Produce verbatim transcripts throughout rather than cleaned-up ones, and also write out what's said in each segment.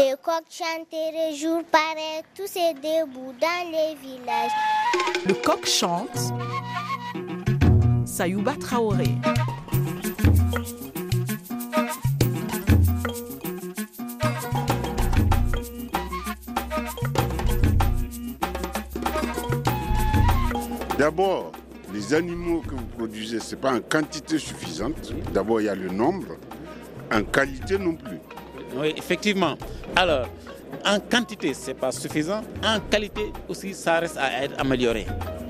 Les coqs chanteraient jour pareil, tous est debout dans les villages. Le coq chante. Sayouba Traoré. D'abord, les animaux que vous produisez, ce n'est pas en quantité suffisante. D'abord, il y a le nombre. En qualité non plus. Oui, effectivement. Alors, en quantité, ce n'est pas suffisant. En qualité aussi, ça reste à être amélioré.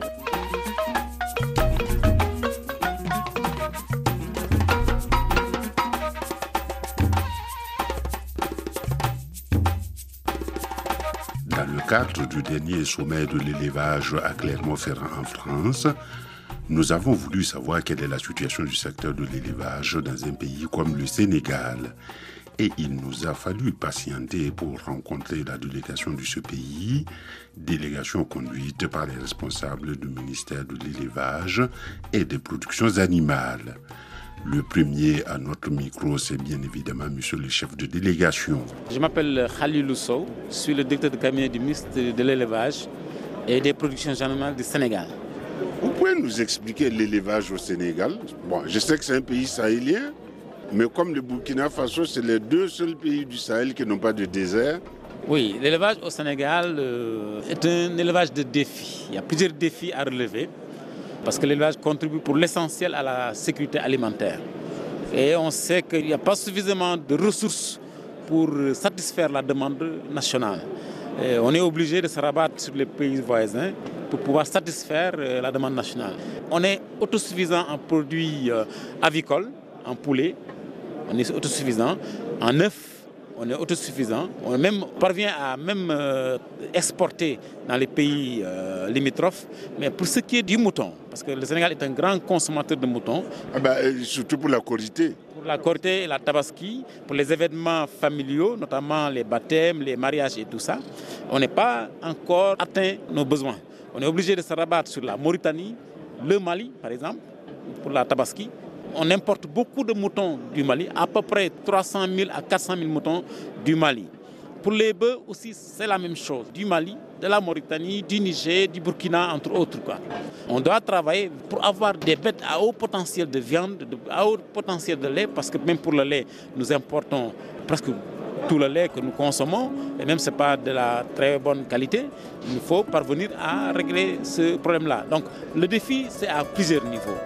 Dans le cadre du dernier sommet de l'élevage à Clermont-Ferrand en France, nous avons voulu savoir quelle est la situation du secteur de l'élevage dans un pays comme le Sénégal. Et il nous a fallu patienter pour rencontrer la délégation de ce pays, délégation conduite par les responsables du ministère de l'élevage et des productions animales. Le premier à notre micro, c'est bien évidemment monsieur le chef de délégation. Je m'appelle Khalilou Sow, je suis le directeur de cabinet du ministre de l'élevage et des productions animales du Sénégal. Vous pouvez nous expliquer l'élevage au Sénégal? Bon, je sais que c'est un pays sahélien, mais comme le Burkina Faso, c'est les deux seuls pays du Sahel qui n'ont pas de désert. Oui, l'élevage au Sénégal euh, est un élevage de défis. Il y a plusieurs défis à relever parce que l'élevage contribue pour l'essentiel à la sécurité alimentaire. Et on sait qu'il n'y a pas suffisamment de ressources pour satisfaire la demande nationale. Et on est obligé de se rabattre sur les pays voisins pour pouvoir satisfaire la demande nationale. On est autosuffisant en produits avicoles, en poulet, on est autosuffisant, en œufs, on est autosuffisant, on même parvient à même euh, exporter dans les pays euh, limitrophes, mais pour ce qui est du mouton, parce que le Sénégal est un grand consommateur de moutons. Ah bah, surtout pour la qualité. Pour la Korité et la Tabaski, pour les événements familiaux, notamment les baptêmes, les mariages et tout ça, on n'est pas encore atteint nos besoins. On est obligé de se rabattre sur la Mauritanie, le Mali par exemple, pour la Tabaski. On importe beaucoup de moutons du Mali, à peu près trois cent mille à quatre cent mille moutons du Mali. Pour les bœufs aussi, c'est la même chose, du Mali, de la Mauritanie, du Niger, du Burkina, entre autres, quoi. On doit travailler pour avoir des bêtes à haut potentiel de viande, à haut potentiel de lait, parce que même pour le lait, nous importons presque tout le lait que nous consommons, et même ce n'est pas de la très bonne qualité. Il faut parvenir à régler ce problème-là. Donc le défi, c'est à plusieurs niveaux.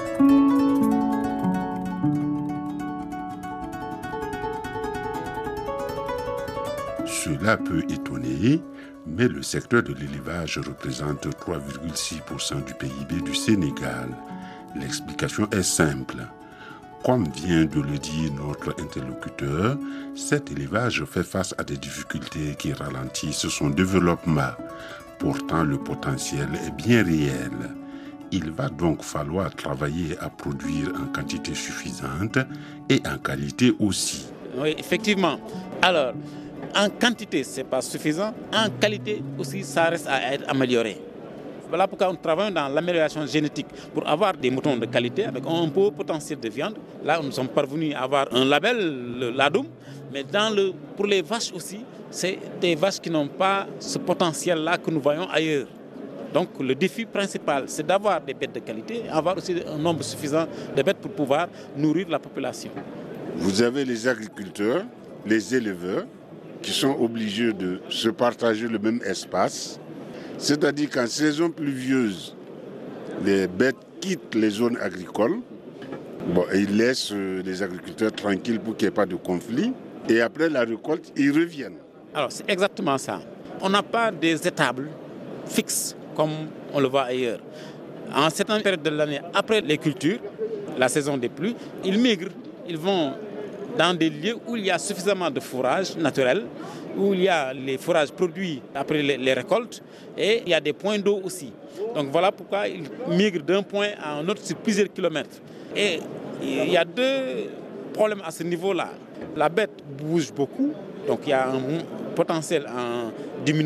Cela peut étonner, mais le secteur de l'élevage représente trois virgule six pour cent du P I B du Sénégal. L'explication est simple. Comme vient de le dire notre interlocuteur, cet élevage fait face à des difficultés qui ralentissent son développement. Pourtant, le potentiel est bien réel. Il va donc falloir travailler à produire en quantité suffisante et en qualité aussi. Oui, effectivement. Alors, en quantité, ce n'est pas suffisant. En qualité aussi, ça reste à être amélioré. Voilà pourquoi nous travaillons dans l'amélioration génétique pour avoir des moutons de qualité avec un beau potentiel de viande. Là, nous sommes parvenus à avoir un label, le Ladoum, mais dans le, pour les vaches aussi, c'est des vaches qui n'ont pas ce potentiel-là que nous voyons ailleurs. Donc le défi principal, c'est d'avoir des bêtes de qualité et avoir aussi un nombre suffisant de bêtes pour pouvoir nourrir la population. Vous avez les agriculteurs, les éleveurs, qui sont obligés de se partager le même espace. C'est-à-dire qu'en saison pluvieuse, les bêtes quittent les zones agricoles. Bon, et ils laissent les agriculteurs tranquilles pour qu'il n'y ait pas de conflit. Et après la récolte, ils reviennent. Alors, c'est exactement ça. On n'a pas des étables fixes comme on le voit ailleurs. En certaines périodes de l'année, après les cultures, la saison des pluies, ils migrent. Ils vont dans des lieux où il y a suffisamment de fourrage naturel, où il y a les fourrages produits après les, les récoltes, et il y a des points d'eau aussi. Donc voilà pourquoi ils migrent d'un point à un autre sur plusieurs kilomètres. Et il y a deux problèmes à ce niveau-là. La bête bouge beaucoup, donc il y a un potentiel en diminution.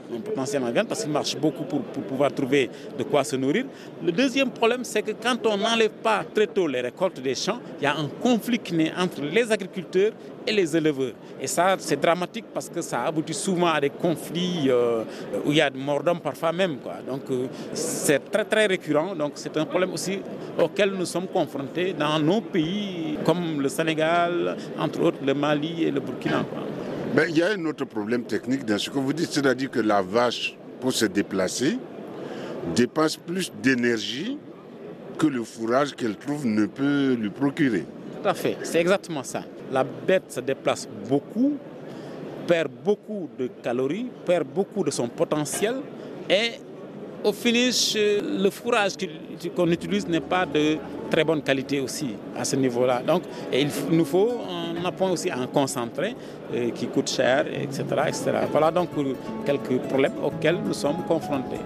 un potentiel en viande parce qu'ils marchent beaucoup pour, pour pouvoir trouver de quoi se nourrir. Le deuxième problème, c'est que quand on n'enlève pas très tôt les récoltes des champs, il y a un conflit qui naît entre les agriculteurs et les éleveurs. Et ça, c'est dramatique parce que ça aboutit souvent à des conflits euh, où il y a de morts d'hommes parfois même, quoi. Donc euh, c'est très très récurrent. Donc c'est un problème aussi auquel nous sommes confrontés dans nos pays comme le Sénégal, entre autres le Mali et le Burkina, quoi. Ben, il y a un autre problème technique dans ce que vous dites, c'est-à-dire que la vache, pour se déplacer, dépense plus d'énergie que le fourrage qu'elle trouve ne peut lui procurer. Tout à fait, c'est exactement ça. La bête se déplace beaucoup, perd beaucoup de calories, perd beaucoup de son potentiel et au finish, le fourrage qu'on utilise n'est pas de très bonne qualité aussi à ce niveau-là. Donc, il nous faut un appoint aussi en concentré euh, qui coûte cher, et cetera, et cetera. Voilà donc quelques problèmes auxquels nous sommes confrontés.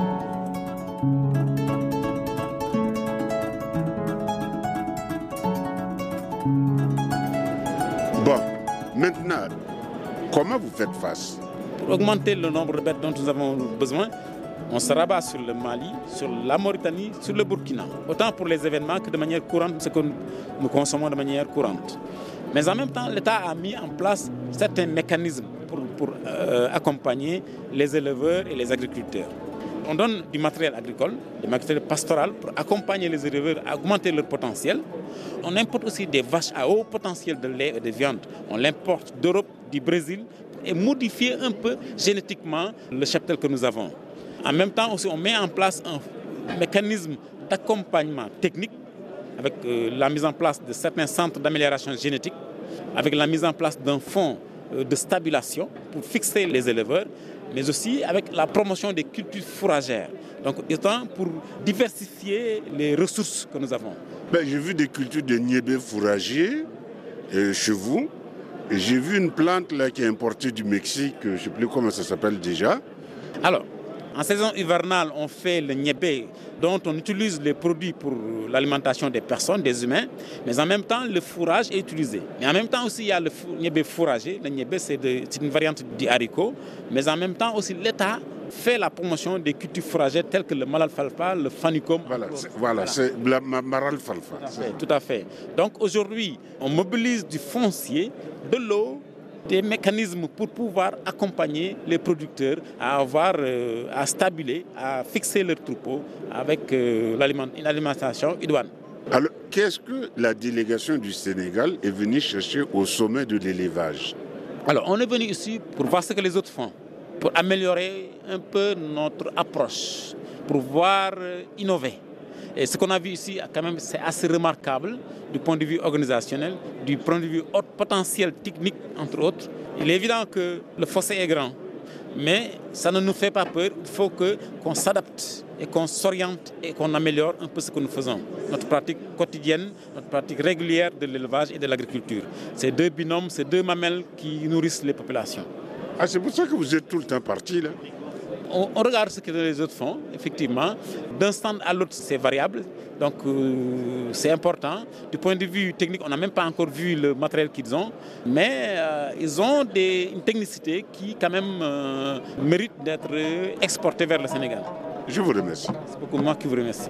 Bon, maintenant, comment vous faites face? Pour augmenter le nombre de bêtes dont nous avons besoin, on se rabat sur le Mali, sur la Mauritanie, sur le Burkina. Autant pour les événements que de manière courante, ce que nous consommons de manière courante. Mais en même temps, l'État a mis en place certains mécanismes pour, pour euh, accompagner les éleveurs et les agriculteurs. On donne du matériel agricole, du matériel pastoral pour accompagner les éleveurs à augmenter leur potentiel. On importe aussi des vaches à haut potentiel de lait et de viande. On l'importe d'Europe, du Brésil et modifier un peu génétiquement le cheptel que nous avons. En même temps aussi, on met en place un mécanisme d'accompagnement technique avec euh, la mise en place de certains centres d'amélioration génétique, avec la mise en place d'un fonds euh, de stabilisation pour fixer les éleveurs, mais aussi avec la promotion des cultures fourragères. Donc, autant pour diversifier les ressources que nous avons. Ben, j'ai vu des cultures de niébé fourragers euh, chez vous. Et j'ai vu une plante là, qui est importée du Mexique, je ne sais plus comment ça s'appelle déjà. Alors, en saison hivernale, on fait le niébé, dont on utilise les produits pour l'alimentation des personnes, des humains, mais en même temps, le fourrage est utilisé. Mais en même temps aussi, il y a le niébé fourragé. Le niébé, c'est, de, c'est une variante du haricot, mais en même temps aussi, l'État fait la promotion des cultures fourragères telles que le malalfalfa, le fanicum. Voilà, c'est, voilà, voilà. c'est la maralfalfa. Tout à fait, tout à fait. Donc aujourd'hui, on mobilise du foncier, de l'eau, des mécanismes pour pouvoir accompagner les producteurs à avoir, euh, à stabiler, à fixer leurs troupeaux avec euh, l'aliment, une alimentation idoine. Alors, qu'est-ce que la délégation du Sénégal est venue chercher au sommet de l'élevage? Alors, on est venu ici pour voir ce que les autres font, pour améliorer un peu notre approche, pour voir euh, innover. Et ce qu'on a vu ici, quand même, c'est assez remarquable du point de vue organisationnel, du point de vue haut potentiel technique, entre autres. Il est évident que le fossé est grand, mais ça ne nous fait pas peur. Il faut que, qu'on s'adapte et qu'on s'oriente et qu'on améliore un peu ce que nous faisons. Notre pratique quotidienne, notre pratique régulière de l'élevage et de l'agriculture. Ces deux binômes, ces deux mamelles qui nourrissent les populations. Ah, c'est pour ça que vous êtes tout le temps parti, là? On, on regarde ce que les autres font, effectivement. D'un stand à l'autre, c'est variable. Donc, euh, c'est important. Du point de vue technique, on n'a même pas encore vu le matériel qu'ils ont. Mais euh, ils ont des, une technicité qui, quand même, euh, mérite d'être exportée vers le Sénégal. Je vous remercie. C'est beaucoup moi qui vous remercie.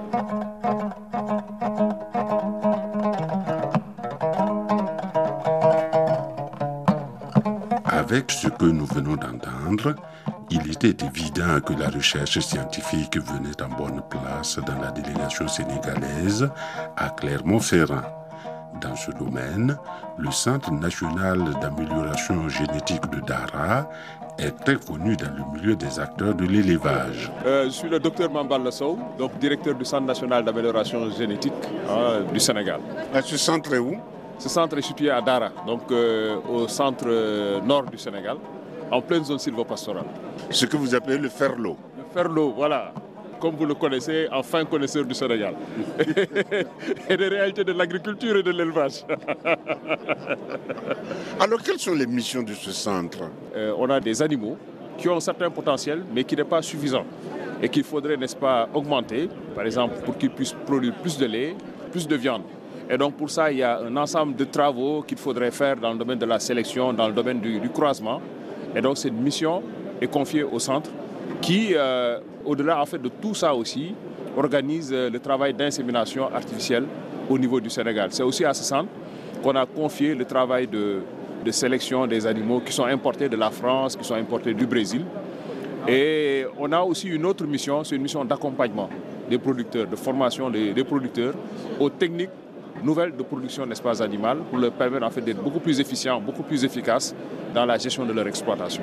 Avec ce que nous venons d'entendre, il était évident que la recherche scientifique venait en bonne place dans la délégation sénégalaise à Clermont-Ferrand. Dans ce domaine, le Centre national d'amélioration génétique de Dara est très connu dans le milieu des acteurs de l'élevage. Euh, je suis le docteur Mambal Sow, donc directeur du Centre national d'amélioration génétique hein, du Sénégal. Et ce centre est où? Ce centre est situé à Dara, donc euh, au centre euh, nord du Sénégal, en pleine zone sylvopastorale. Ce que vous appelez le Ferlo. Le Ferlo, voilà, comme vous le connaissez, un fin connaisseur du Sénégal. Et des réalités de l'agriculture et de l'élevage. Alors, quelles sont les missions de ce centre? euh, On a des animaux qui ont un certain potentiel, mais qui n'est pas suffisant. Et qu'il faudrait, n'est-ce pas, augmenter, par exemple, pour qu'ils puissent produire plus de lait, plus de viande. Et donc pour ça, il y a un ensemble de travaux qu'il faudrait faire dans le domaine de la sélection, dans le domaine du, du croisement. Et donc c'est une mission est confiée au centre qui, euh, au-delà en fait, de tout ça aussi, organise euh, le travail d'insémination artificielle au niveau du Sénégal. C'est aussi à ce centre qu'on a confié le travail de, de sélection des animaux qui sont importés de la France, qui sont importés du Brésil. Et on a aussi une autre mission, c'est une mission d'accompagnement des producteurs, de formation des, des producteurs aux techniques nouvelles de production d'espace animal pour leur permettre en fait d'être beaucoup plus efficients, beaucoup plus efficaces dans la gestion de leur exploitation.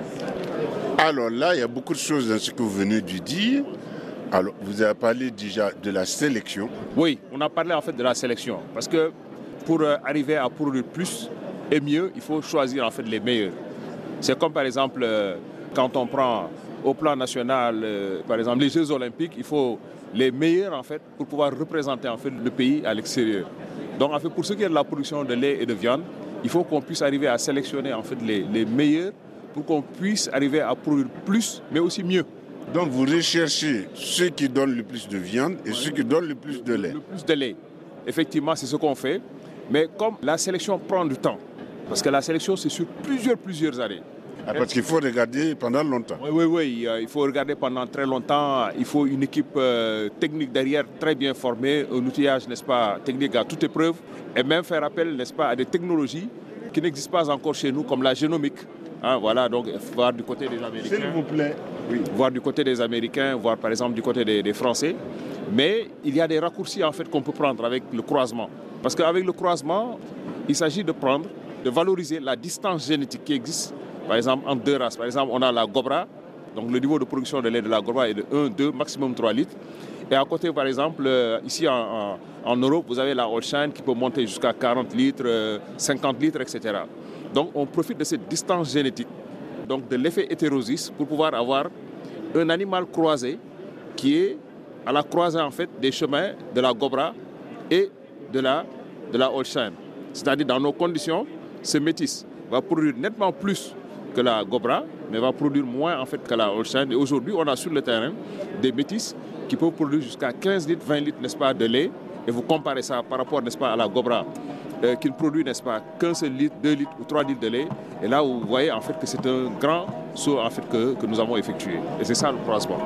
Alors là, il y a beaucoup de choses dans ce que vous venez de dire. Alors, vous avez parlé déjà de la sélection. Oui, on a parlé en fait de la sélection parce que pour arriver à produire plus et mieux, il faut choisir en fait les meilleurs. C'est comme par exemple euh, quand on prend au plan national, euh, par exemple les Jeux Olympiques, il faut les meilleurs en fait pour pouvoir représenter en fait le pays à l'extérieur. Donc en fait pour ce qui est de la production de lait et de viande, il faut qu'on puisse arriver à sélectionner en fait les, les meilleurs pour qu'on puisse arriver à produire plus mais aussi mieux. Donc vous recherchez ceux qui donnent le plus de viande et ouais. ceux qui donnent le plus de lait. Le plus de lait. Effectivement, c'est ce qu'on fait. Mais comme la sélection prend du temps, parce que la sélection c'est sur plusieurs, plusieurs années. Ah, parce qu'il faut regarder pendant longtemps. Oui, oui, oui. Il faut regarder pendant très longtemps. Il faut une équipe euh, technique derrière très bien formée, un outillage, n'est-ce pas, technique à toute épreuve, et même faire appel, n'est-ce pas, à des technologies qui n'existent pas encore chez nous, comme la génomique. Hein, voilà, donc voir du côté des Américains. S'il vous plaît. Oui. Voir du côté des Américains, voir par exemple du côté des, des Français. Mais il y a des raccourcis en fait qu'on peut prendre avec le croisement. Parce qu'avec le croisement, il s'agit de prendre, de valoriser la distance génétique qui existe. Par exemple, entre deux races. Par exemple, on a la Gobra, donc le niveau de production de lait de la Gobra est de un, deux, maximum trois litres. Et à côté, par exemple, ici en, en, en Europe, vous avez la Holstein qui peut monter jusqu'à quarante litres, cinquante litres, et cetera. Donc on profite de cette distance génétique, donc de l'effet hétérosis, pour pouvoir avoir un animal croisé qui est à la croisée en fait des chemins de la Gobra et de la, de la Holstein. C'est-à-dire dans nos conditions, ce métis va produire nettement plus que la Gobra, mais va produire moins en fait que la Holstein. Et aujourd'hui, on a sur le terrain des métis qui peuvent produire jusqu'à quinze litres, vingt litres, n'est-ce pas, de lait. Et vous comparez ça par rapport, n'est-ce pas, à la Gobra, euh, qui ne produit, n'est-ce pas, qu'un seul litre, deux litres ou trois litres de lait. Et là, vous voyez en fait que c'est un grand saut en fait que, que nous avons effectué. Et c'est ça le croisement.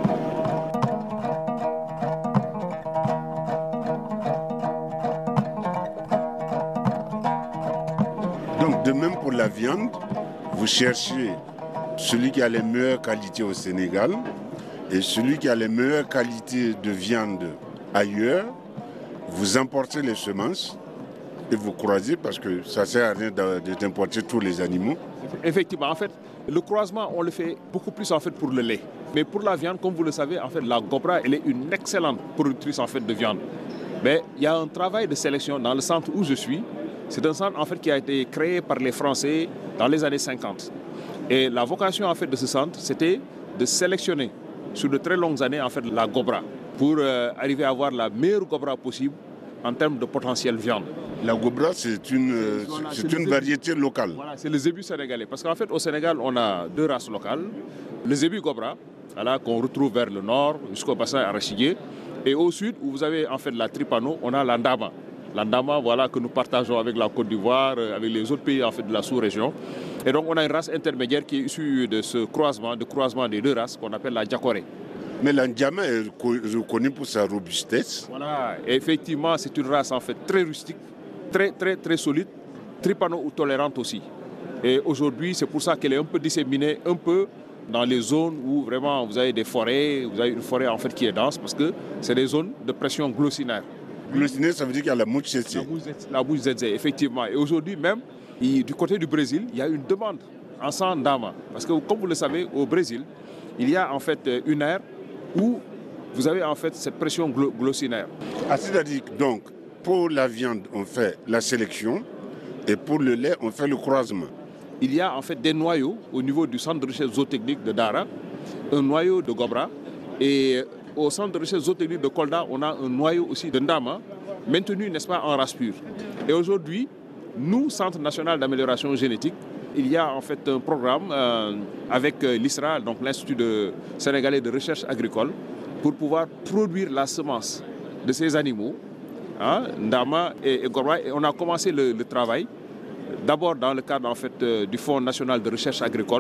Donc, de même pour la viande, vous cherchez celui qui a les meilleures qualités au Sénégal et celui qui a les meilleures qualités de viande ailleurs. Vous importez les semences et vous croisez parce que ça ne sert à rien d'importer tous les animaux. Effectivement, en fait, le croisement, on le fait beaucoup plus en fait pour le lait. Mais pour la viande, comme vous le savez, en fait, la Gobra, elle est une excellente productrice en fait de viande. Mais il y a un travail de sélection dans le centre où je suis. C'est un centre en fait qui a été créé par les Français dans les années cinquante. Et la vocation en fait de ce centre, c'était de sélectionner sur de très longues années en fait la Gobra pour euh, arriver à avoir la meilleure Gobra possible en termes de potentiel viande. La Gobra, c'est une, euh, voilà, c'est une variété locale. Voilà, c'est le zébu sénégalais. Parce qu'en fait, au Sénégal, on a deux races locales. Le zébu Gobra, voilà, qu'on retrouve vers le nord jusqu'au bassin arachidier. Et au sud, où vous avez en fait la Tripano, on a l'Andama. L'Andama, voilà, que nous partageons avec la Côte d'Ivoire, avec les autres pays en fait, de la sous-région. Et donc, on a une race intermédiaire qui est issue de ce croisement, de croisement des deux races qu'on appelle la Djakoré. Mais l'Andama est reconnue pour sa robustesse. Voilà, et effectivement, c'est une race en fait très rustique, très, très, très solide, tripano ou tolérante aussi. Et aujourd'hui, c'est pour ça qu'elle est un peu disséminée, un peu dans les zones où vraiment vous avez des forêts, vous avez une forêt en fait qui est dense, parce que c'est des zones de pression glossinaire. Glossinaire, ça veut dire qu'il y a la mouche tsetse. La mouche tsetse, effectivement. Et aujourd'hui même, du côté du Brésil, il y a une demande en sang d'ama. Parce que comme vous le savez, au Brésil, il y a en fait une aire où vous avez en fait cette pression glossinaire. Ah, c'est-à-dire donc, pour la viande, on fait la sélection et pour le lait, on fait le croisement. Il y a en fait des noyaux au niveau du centre de recherche zootechnique de Dara, un noyau de Gobra, et au centre de recherche zootechnique de Kolda, on a un noyau aussi de Ndama, maintenu, n'est-ce pas, en race pure. Et aujourd'hui, nous, Centre national d'amélioration génétique, il y a en fait un programme euh, avec euh, l'I S R A, donc l'Institut de sénégalais de recherche agricole, pour pouvoir produire la semence de ces animaux, hein, Ndama et, et Gobra. Et on a commencé le, le travail, d'abord dans le cadre en fait, euh, du Fonds national de recherche agricole,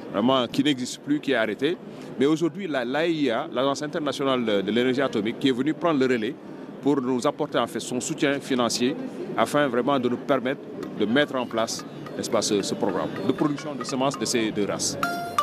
vraiment qui n'existe plus, qui est arrêté. Mais aujourd'hui, l'A I A, l'Agence internationale de l'énergie atomique, qui est venue prendre le relais pour nous apporter en fait son soutien financier afin vraiment de nous permettre de mettre en place, n'est-ce pas, ce, ce programme de production de semences de ces deux races.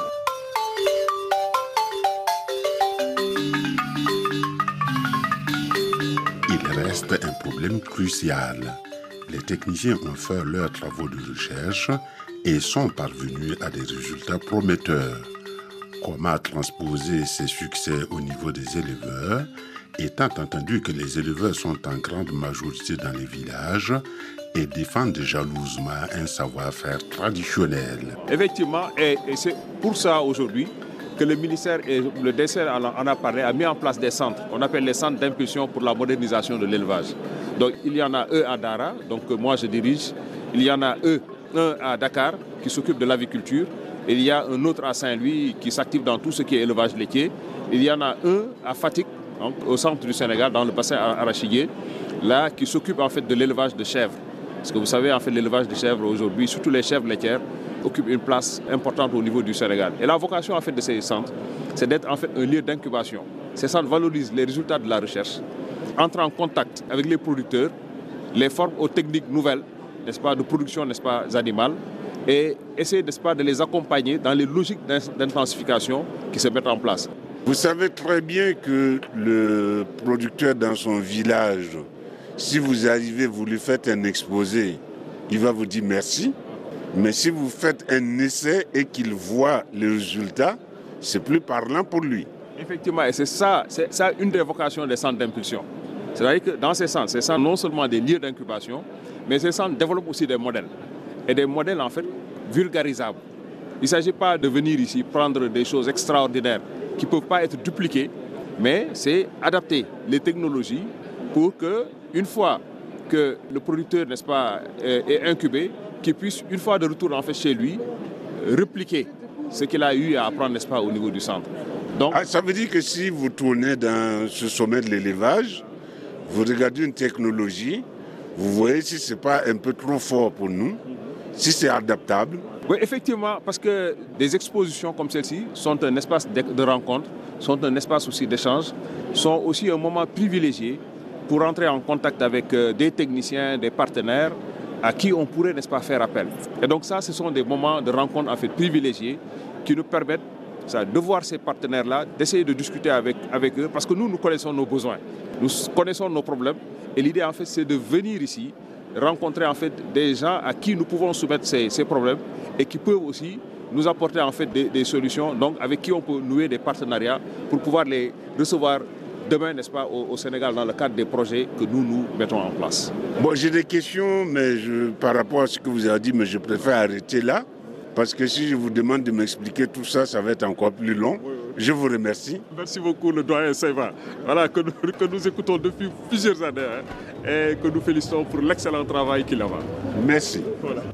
Il reste un problème crucial. Les techniciens ont fait leurs travaux de recherche et sont parvenus à des résultats prometteurs. Comment transposer ces succès au niveau des éleveurs, étant entendu que les éleveurs sont en grande majorité dans les villages et défendent jalousement un savoir-faire traditionnel. Effectivement, et, et c'est pour ça aujourd'hui que le ministère et le D C R en a parlé, a mis en place des centres, qu'on appelle les centres d'impulsion pour la modernisation de l'élevage. Donc il y en a eux à Dara, donc moi je dirige, il y en a eux, un à Dakar qui s'occupe de l'aviculture, il y a un autre à Saint-Louis qui s'active dans tout ce qui est élevage laitier, il y en a un à Fatick, donc, au centre du Sénégal, dans le bassin arachidier, là qui s'occupe en fait de l'élevage de chèvres. Parce que vous savez, en fait, l'élevage de chèvres aujourd'hui, surtout les chèvres laitières, occupe une place importante au niveau du Sénégal. Et la vocation en fait de ces centres, c'est d'être en fait un lieu d'incubation. Ces centres valorisent les résultats de la recherche, entrent en contact avec les producteurs, les forment aux techniques nouvelles, n'est-ce pas, de production, n'est-ce pas, animale, et essaient, n'est-ce pas, de les accompagner dans les logiques d'intensification qui se mettent en place. Vous savez très bien que le producteur dans son village, si vous arrivez, vous lui faites un exposé, il va vous dire merci. Mais si vous faites un essai et qu'il voit les résultats, c'est plus parlant pour lui. Effectivement, et c'est ça, c'est ça une des vocations des centres d'impulsion. C'est-à-dire que dans ces centres, ces centres non seulement des lieux d'incubation, mais ces centres développent aussi des modèles. Et des modèles en fait vulgarisables. Il ne s'agit pas de venir ici prendre des choses extraordinaires qui ne peuvent pas être dupliquées, mais c'est adapter les technologies pour que, une fois que le producteur, n'est-ce pas, est incubé, qu'il puisse, une fois de retour en fait chez lui, répliquer ce qu'il a eu à apprendre, n'est-ce pas, au niveau du centre. Donc, ah, ça veut dire que si vous tournez dans ce sommet de l'élevage, vous regardez une technologie, vous voyez si ce n'est pas un peu trop fort pour nous, si c'est adaptable. Oui, effectivement, parce que des expositions comme celle-ci sont un espace de, de rencontre, sont un espace aussi d'échange, sont aussi un moment privilégié pour entrer en contact avec des techniciens, des partenaires, à qui on pourrait, n'est-ce pas, faire appel. Et donc ça, ce sont des moments de rencontre en fait privilégiés qui nous permettent ça, de voir ces partenaires-là, d'essayer de discuter avec, avec eux, parce que nous, nous connaissons nos besoins, nous connaissons nos problèmes, et l'idée en fait, c'est de venir ici, rencontrer en fait des gens à qui nous pouvons soumettre ces, ces problèmes et qui peuvent aussi nous apporter en fait des, des solutions, donc avec qui on peut nouer des partenariats pour pouvoir les recevoir demain, n'est-ce pas, au, au Sénégal, dans le cadre des projets que nous, nous mettons en place. Bon, j'ai des questions, mais je, par rapport à ce que vous avez dit, mais je préfère arrêter là, parce que si je vous demande de m'expliquer tout ça, ça va être encore plus long. Oui, oui. Je vous remercie. Merci beaucoup, le doyen Seyva, voilà, que, nous, que nous écoutons depuis plusieurs années, hein, et que nous félicitons pour l'excellent travail qu'il a. Merci. Voilà.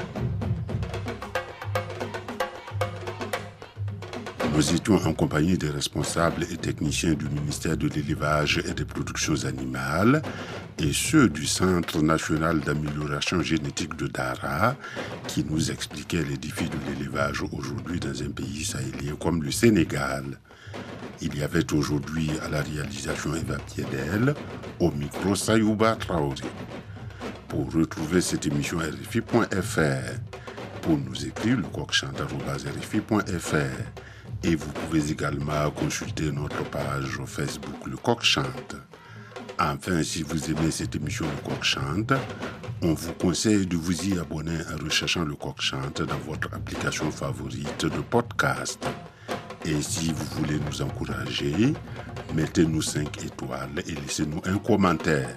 Nous étions en compagnie des responsables et techniciens du ministère de l'élevage et des productions animales et ceux du Centre national d'amélioration génétique de Dara qui nous expliquaient les défis de l'élevage aujourd'hui dans un pays sahélien comme le Sénégal. Il y avait aujourd'hui à la réalisation Eva Piedel, au micro Sayouba Traoré. Pour retrouver cette émission R F I point F R, pour nous écrire le coq-chant arobase R F I point F R. Et vous pouvez également consulter notre page Facebook Le Coq Chante. Enfin, si vous aimez cette émission Le Coq Chante, on vous conseille de vous y abonner en recherchant Le Coq Chante dans votre application favorite de podcast. Et si vous voulez nous encourager, mettez-nous cinq étoiles et laissez-nous un commentaire.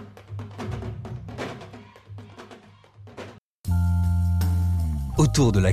Autour de la